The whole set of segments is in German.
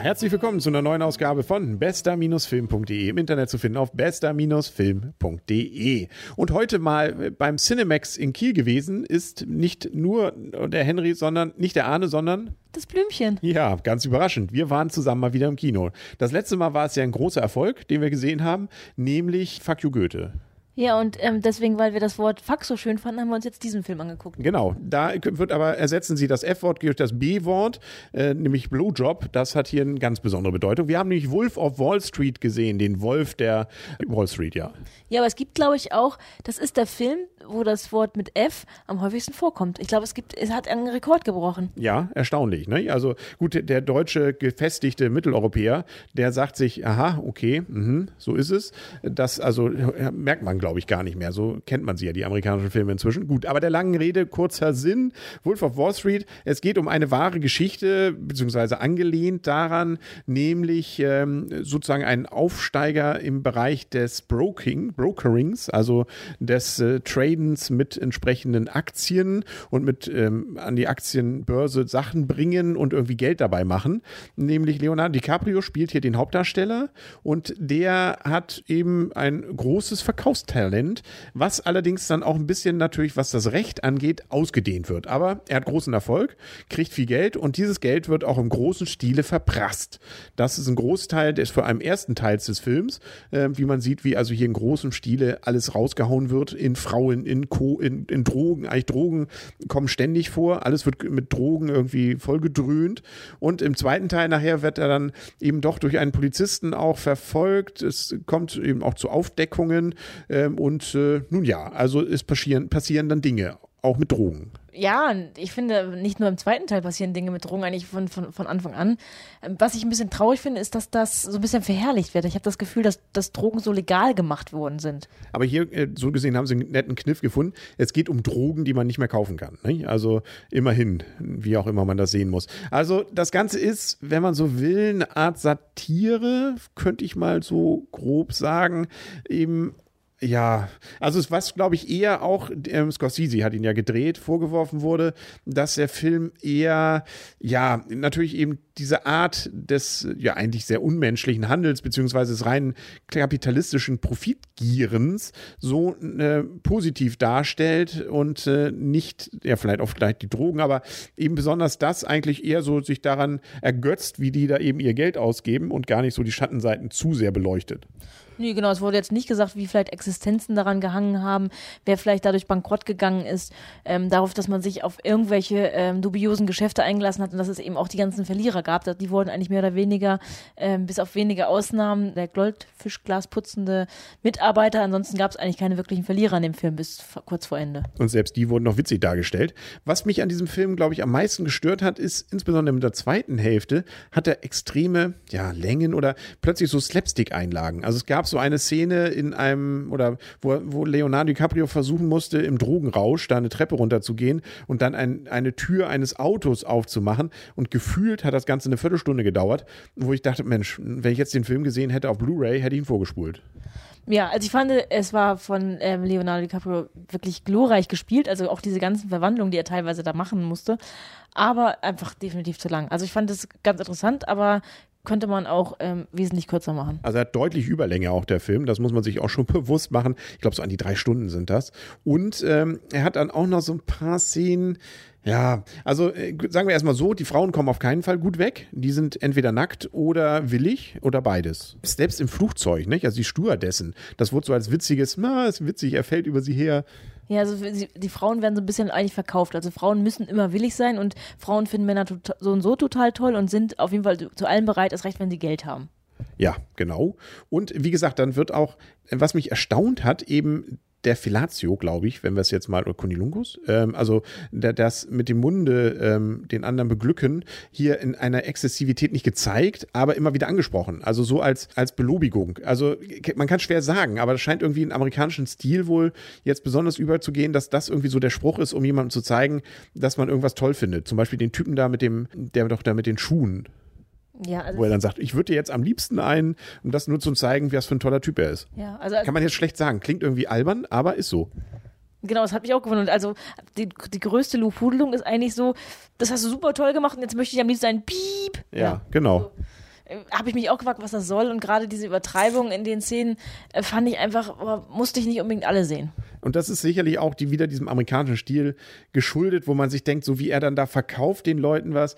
herzlich willkommen zu einer neuen Ausgabe von bester-film.de, im Internet zu finden auf bester-film.de. Und heute mal beim Cinemax in Kiel gewesen ist nicht nur der Henry, sondern nicht der Arne, sondern das Blümchen. Ja, ganz überraschend. Wir waren zusammen mal wieder im Kino. Das letzte Mal war es ja ein großer Erfolg, den wir gesehen haben, nämlich Fuck You Goethe. Ja, und deswegen, weil wir das Wort Fuck so schön fanden, haben wir uns jetzt diesen Film angeguckt. Genau, da wird aber, ersetzen sie das F-Wort durch das B-Wort, nämlich Blowjob. Das hat hier eine ganz besondere Bedeutung. Wir haben nämlich Wolf of Wall Street gesehen, den Wolf der Wall Street, ja. Ja, aber es gibt, glaube ich, auch, das ist der Film, wo das Wort mit F am häufigsten vorkommt. Ich glaube, es hat einen Rekord gebrochen. Ja, erstaunlich, ne? Also gut, der deutsche gefestigte Mitteleuropäer, der sagt sich, aha, okay, so ist es. Das also merkt man, glaube ich, gar nicht mehr. So kennt man sie ja, die amerikanischen Filme inzwischen. Gut, aber der langen Rede, kurzer Sinn. Wolf of Wall Street, es geht um eine wahre Geschichte, beziehungsweise angelehnt daran, nämlich sozusagen einen Aufsteiger im Bereich des Brokerings, also des Tradens mit entsprechenden Aktien und mit an die Aktienbörse Sachen bringen und irgendwie Geld dabei machen. Nämlich Leonardo DiCaprio spielt hier den Hauptdarsteller und der hat eben ein großes Verkaufstalent, was allerdings dann auch ein bisschen natürlich, was das Recht angeht, ausgedehnt wird. Aber er hat großen Erfolg, kriegt viel Geld und dieses Geld wird auch im großen Stile verprasst. Das ist ein Großteil des vor allem ersten Teils des Films, wie man sieht, wie also hier in großem Stile alles rausgehauen wird in Frauen, in Drogen. Eigentlich Drogen kommen ständig vor, alles wird mit Drogen irgendwie vollgedröhnt und im zweiten Teil nachher wird er dann eben doch durch einen Polizisten auch verfolgt. Es kommt eben auch zu Aufdeckungen und nun ja, also es passieren dann Dinge, auch mit Drogen. Ja, ich finde, nicht nur im zweiten Teil passieren Dinge mit Drogen, eigentlich von Anfang an. Was ich ein bisschen traurig finde, ist, dass das so ein bisschen verherrlicht wird. Ich habe das Gefühl, dass Drogen so legal gemacht worden sind. Aber hier, so gesehen, haben sie einen netten Kniff gefunden. Es geht um Drogen, die man nicht mehr kaufen kann. Ne? Also immerhin, wie auch immer man das sehen muss. Also das Ganze ist, wenn man so will, eine Art Satire, könnte ich mal so grob sagen, eben. Ja, also es was, glaube ich, eher auch, Scorsese hat ihn ja gedreht, vorgeworfen wurde, dass der Film eher, ja, natürlich eben diese Art des, ja, eigentlich sehr unmenschlichen Handels, beziehungsweise des rein kapitalistischen Profitgierens so positiv darstellt und nicht, ja, vielleicht auch die Drogen, aber eben besonders das eigentlich eher so sich daran ergötzt, wie die da eben ihr Geld ausgeben und gar nicht so die Schattenseiten zu sehr beleuchtet. Nee, genau, es wurde jetzt nicht gesagt, wie vielleicht Existenzen daran gehangen haben, wer vielleicht dadurch bankrott gegangen ist, darauf, dass man sich auf irgendwelche dubiosen Geschäfte eingelassen hat und dass es eben auch die ganzen Verlierer gab. Die wurden eigentlich mehr oder weniger, bis auf wenige Ausnahmen, der Goldfischglas putzende Mitarbeiter, ansonsten gab es eigentlich keine wirklichen Verlierer in dem Film bis kurz vor Ende. Und selbst die wurden noch witzig dargestellt. Was mich an diesem Film, glaube ich, am meisten gestört hat, ist insbesondere mit der zweiten Hälfte, hat er extreme, ja, Längen oder plötzlich so Slapstick-Einlagen. Also es gab so eine Szene in einem, oder wo Leonardo DiCaprio versuchen musste, im Drogenrausch da eine Treppe runterzugehen und dann eine Tür eines Autos aufzumachen und gefühlt hat das Ganze eine Viertelstunde gedauert, wo ich dachte, Mensch, wenn ich jetzt den Film gesehen hätte auf Blu-ray, hätte ich ihn vorgespult. Ja, also ich fand, es war von Leonardo DiCaprio wirklich glorreich gespielt, also auch diese ganzen Verwandlungen, die er teilweise da machen musste, aber einfach definitiv zu lang. Also ich fand es ganz interessant, aber könnte man auch wesentlich kürzer machen. Also er hat deutlich Überlänge auch, der Film, das muss man sich auch schon bewusst machen. Ich glaube, so an die 3 Stunden sind das. Und er hat dann auch noch so ein paar Szenen, ja, also sagen wir erstmal so, die Frauen kommen auf keinen Fall gut weg. Die sind entweder nackt oder willig oder beides. Selbst im Flugzeug, nicht? Also die Stewardessen, das wurde so als witziges, ist witzig, er fällt über sie her. Ja, also die Frauen werden so ein bisschen eigentlich verkauft. Also Frauen müssen immer willig sein und Frauen finden Männer so und so total toll und sind auf jeden Fall zu allem bereit, erst recht, wenn sie Geld haben. Ja, genau. Und wie gesagt, dann wird auch, was mich erstaunt hat, eben der Fellatio, glaube ich, wenn wir es jetzt mal, oder Cunnilingus, also das mit dem Munde den anderen beglücken, hier in einer Exzessivität nicht gezeigt, aber immer wieder angesprochen. Also so als Belobigung. Also man kann schwer sagen, aber das scheint irgendwie in amerikanischen Stil wohl jetzt besonders überzugehen, dass das irgendwie so der Spruch ist, um jemandem zu zeigen, dass man irgendwas toll findet. Zum Beispiel den Typen da der doch da mit den Schuhen. Ja, also wo er dann sagt, ich würde dir jetzt am liebsten um das nur zu zeigen, was für ein toller Typ er ist. Ja, also kann man jetzt schlecht sagen. Klingt irgendwie albern, aber ist so. Genau, das hat mich auch gewundert. Also die größte Lobhudelung ist eigentlich so, das hast du super toll gemacht und jetzt möchte ich am liebsten ein Piep. Ja, genau. habe ich mich auch gefragt, was das soll. Und gerade diese Übertreibung in den Szenen fand ich einfach, musste ich nicht unbedingt alle sehen. Und das ist sicherlich auch wieder diesem amerikanischen Stil geschuldet, wo man sich denkt, so wie er dann da verkauft den Leuten was,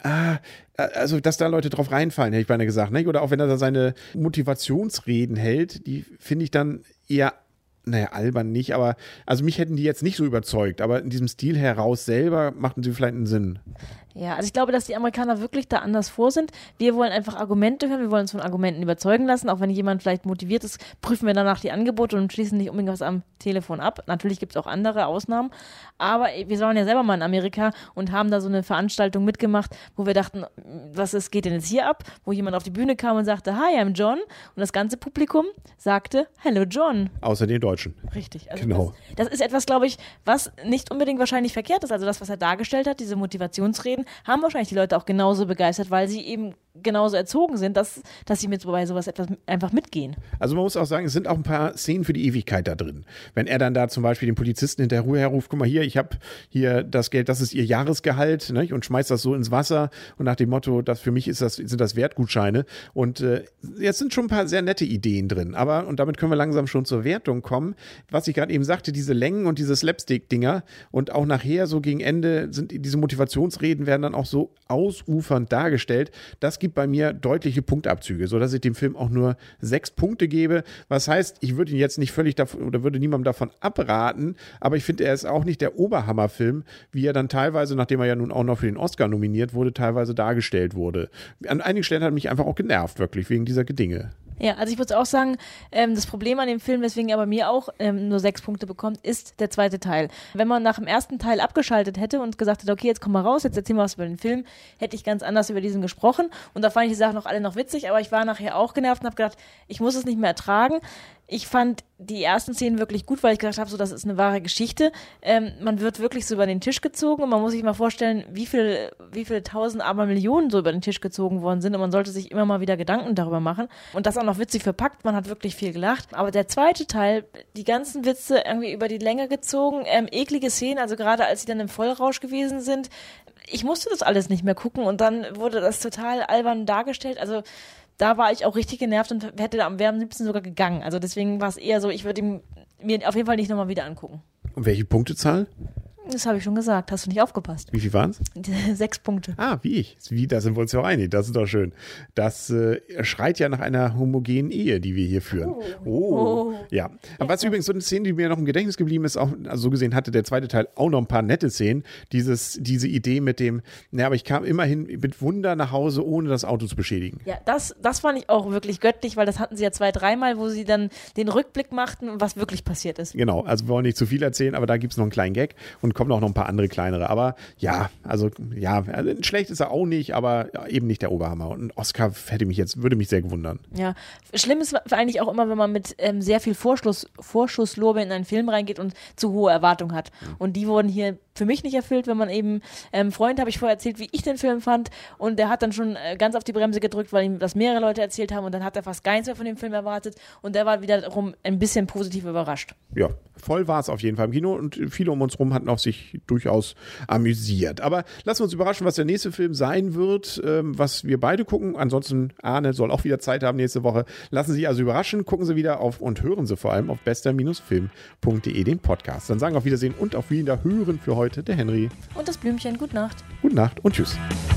also dass da Leute drauf reinfallen, hätte ich beinahe gesagt, ne? Oder auch wenn er da seine Motivationsreden hält, die finde ich dann eher, naja, albern nicht, aber also mich hätten die jetzt nicht so überzeugt, aber in diesem Stil heraus selber machten sie vielleicht einen Sinn. Ja, also ich glaube, dass die Amerikaner wirklich da anders vor sind. Wir wollen einfach Argumente hören, wir wollen uns von Argumenten überzeugen lassen. Auch wenn jemand vielleicht motiviert ist, prüfen wir danach die Angebote und schließen nicht unbedingt was am Telefon ab. Natürlich gibt es auch andere Ausnahmen, aber wir waren ja selber mal in Amerika und haben da so eine Veranstaltung mitgemacht, wo wir dachten, was geht denn jetzt hier ab? Wo jemand auf die Bühne kam und sagte, hi, I'm John. Und das ganze Publikum sagte, hello John. Außer den Deutschen. Richtig. Also genau. Das ist etwas, glaube ich, was nicht unbedingt wahrscheinlich verkehrt ist. Also das, was er dargestellt hat, diese Motivationsreden, haben wahrscheinlich die Leute auch genauso begeistert, weil sie eben genauso erzogen sind, dass sie mit bei sowas etwas einfach mitgehen. Also man muss auch sagen, es sind auch ein paar Szenen für die Ewigkeit da drin. Wenn er dann da zum Beispiel den Polizisten hinterher ruft, guck mal hier, ich habe hier das Geld, das ist ihr Jahresgehalt, ne, und schmeißt das so ins Wasser und nach dem Motto, das für mich sind das Wertgutscheine. Und jetzt sind schon ein paar sehr nette Ideen drin. Aber, und damit können wir langsam schon zur Wertung kommen, was ich gerade eben sagte, diese Längen und diese Slapstick-Dinger und auch nachher so gegen Ende sind diese Motivationsreden werden dann auch so ausufernd dargestellt. Das gibt bei mir deutliche Punktabzüge, sodass ich dem Film auch nur 6 Punkte gebe. Was heißt, ich würde ihn jetzt nicht völlig oder würde niemandem davon abraten, aber ich finde, er ist auch nicht der Oberhammerfilm, wie er dann teilweise, nachdem er ja nun auch noch für den Oscar nominiert wurde, teilweise dargestellt wurde. An einigen Stellen hat mich einfach auch genervt, wirklich, wegen dieser Gedinge. Ja, also ich würde auch sagen, das Problem an dem Film, weswegen er bei mir auch nur 6 Punkte bekommt, ist der zweite Teil. Wenn man nach dem ersten Teil abgeschaltet hätte und gesagt hätte, okay, jetzt komm mal raus, jetzt erzähl mal was über den Film, hätte ich ganz anders über diesen gesprochen. Und da fand ich die Sachen noch alle noch witzig, aber ich war nachher auch genervt und habe gedacht, ich muss es nicht mehr ertragen. Ich fand die ersten Szenen wirklich gut, weil ich gedacht habe, so, das ist eine wahre Geschichte. Man wird wirklich so über den Tisch gezogen und man muss sich mal vorstellen, wie viele tausend, aber Millionen so über den Tisch gezogen worden sind und man sollte sich immer mal wieder Gedanken darüber machen. Und das auch noch witzig verpackt, man hat wirklich viel gelacht. Aber der zweite Teil, die ganzen Witze irgendwie über die Länge gezogen, eklige Szenen, also gerade als sie dann im Vollrausch gewesen sind, ich musste das alles nicht mehr gucken und dann wurde das total albern dargestellt, also da war ich auch richtig genervt und wäre am liebsten sogar gegangen. Also deswegen war es eher so, ich würde ihn mir auf jeden Fall nicht nochmal wieder angucken. Und welche Punktezahl? Das habe ich schon gesagt. Hast du nicht aufgepasst? Wie viel waren es? 6 Punkte. Ah, wie ich. Da sind wir uns ja auch einig. Das ist doch schön. Das schreit ja nach einer homogenen Ehe, die wir hier führen. Oh. Ja. Aber was übrigens so eine Szene, die mir noch im Gedächtnis geblieben ist, auch, also so gesehen hatte der zweite Teil auch noch ein paar nette Szenen. Diese Idee mit dem, aber ich kam immerhin mit Wunder nach Hause, ohne das Auto zu beschädigen. Ja, das fand ich auch wirklich göttlich, weil das hatten sie ja 2-3 Mal, wo sie dann den Rückblick machten, was wirklich passiert ist. Genau. Also wir wollen nicht zu viel erzählen, aber da gibt es noch einen kleinen Gag und kommen auch noch ein paar andere kleinere. Aber ja, also schlecht ist er auch nicht, aber eben nicht der Oberhammer. Und Oscar würde mich sehr gewundern. Ja, schlimm ist eigentlich auch immer, wenn man mit sehr viel Vorschusslorbeer in einen Film reingeht und zu hohe Erwartungen hat. Und die wurden hier für mich nicht erfüllt, wenn man eben, Freund habe ich vorher erzählt, wie ich den Film fand und der hat dann schon ganz auf die Bremse gedrückt, weil ihm das mehrere Leute erzählt haben und dann hat er fast gar nichts mehr von dem Film erwartet und der war wiederum ein bisschen positiv überrascht. Ja, voll war es auf jeden Fall im Kino und viele um uns rum hatten auch sich durchaus amüsiert. Aber lassen wir uns überraschen, was der nächste Film sein wird, was wir beide gucken. Ansonsten, Arne soll auch wieder Zeit haben nächste Woche. Lassen Sie sich also überraschen, gucken Sie wieder und hören Sie vor allem auf bester-film.de den Podcast. Dann sagen wir auf Wiedersehen und auf Wiederhören für heute der Henry. Und das Blümchen, gute Nacht. Gute Nacht und tschüss.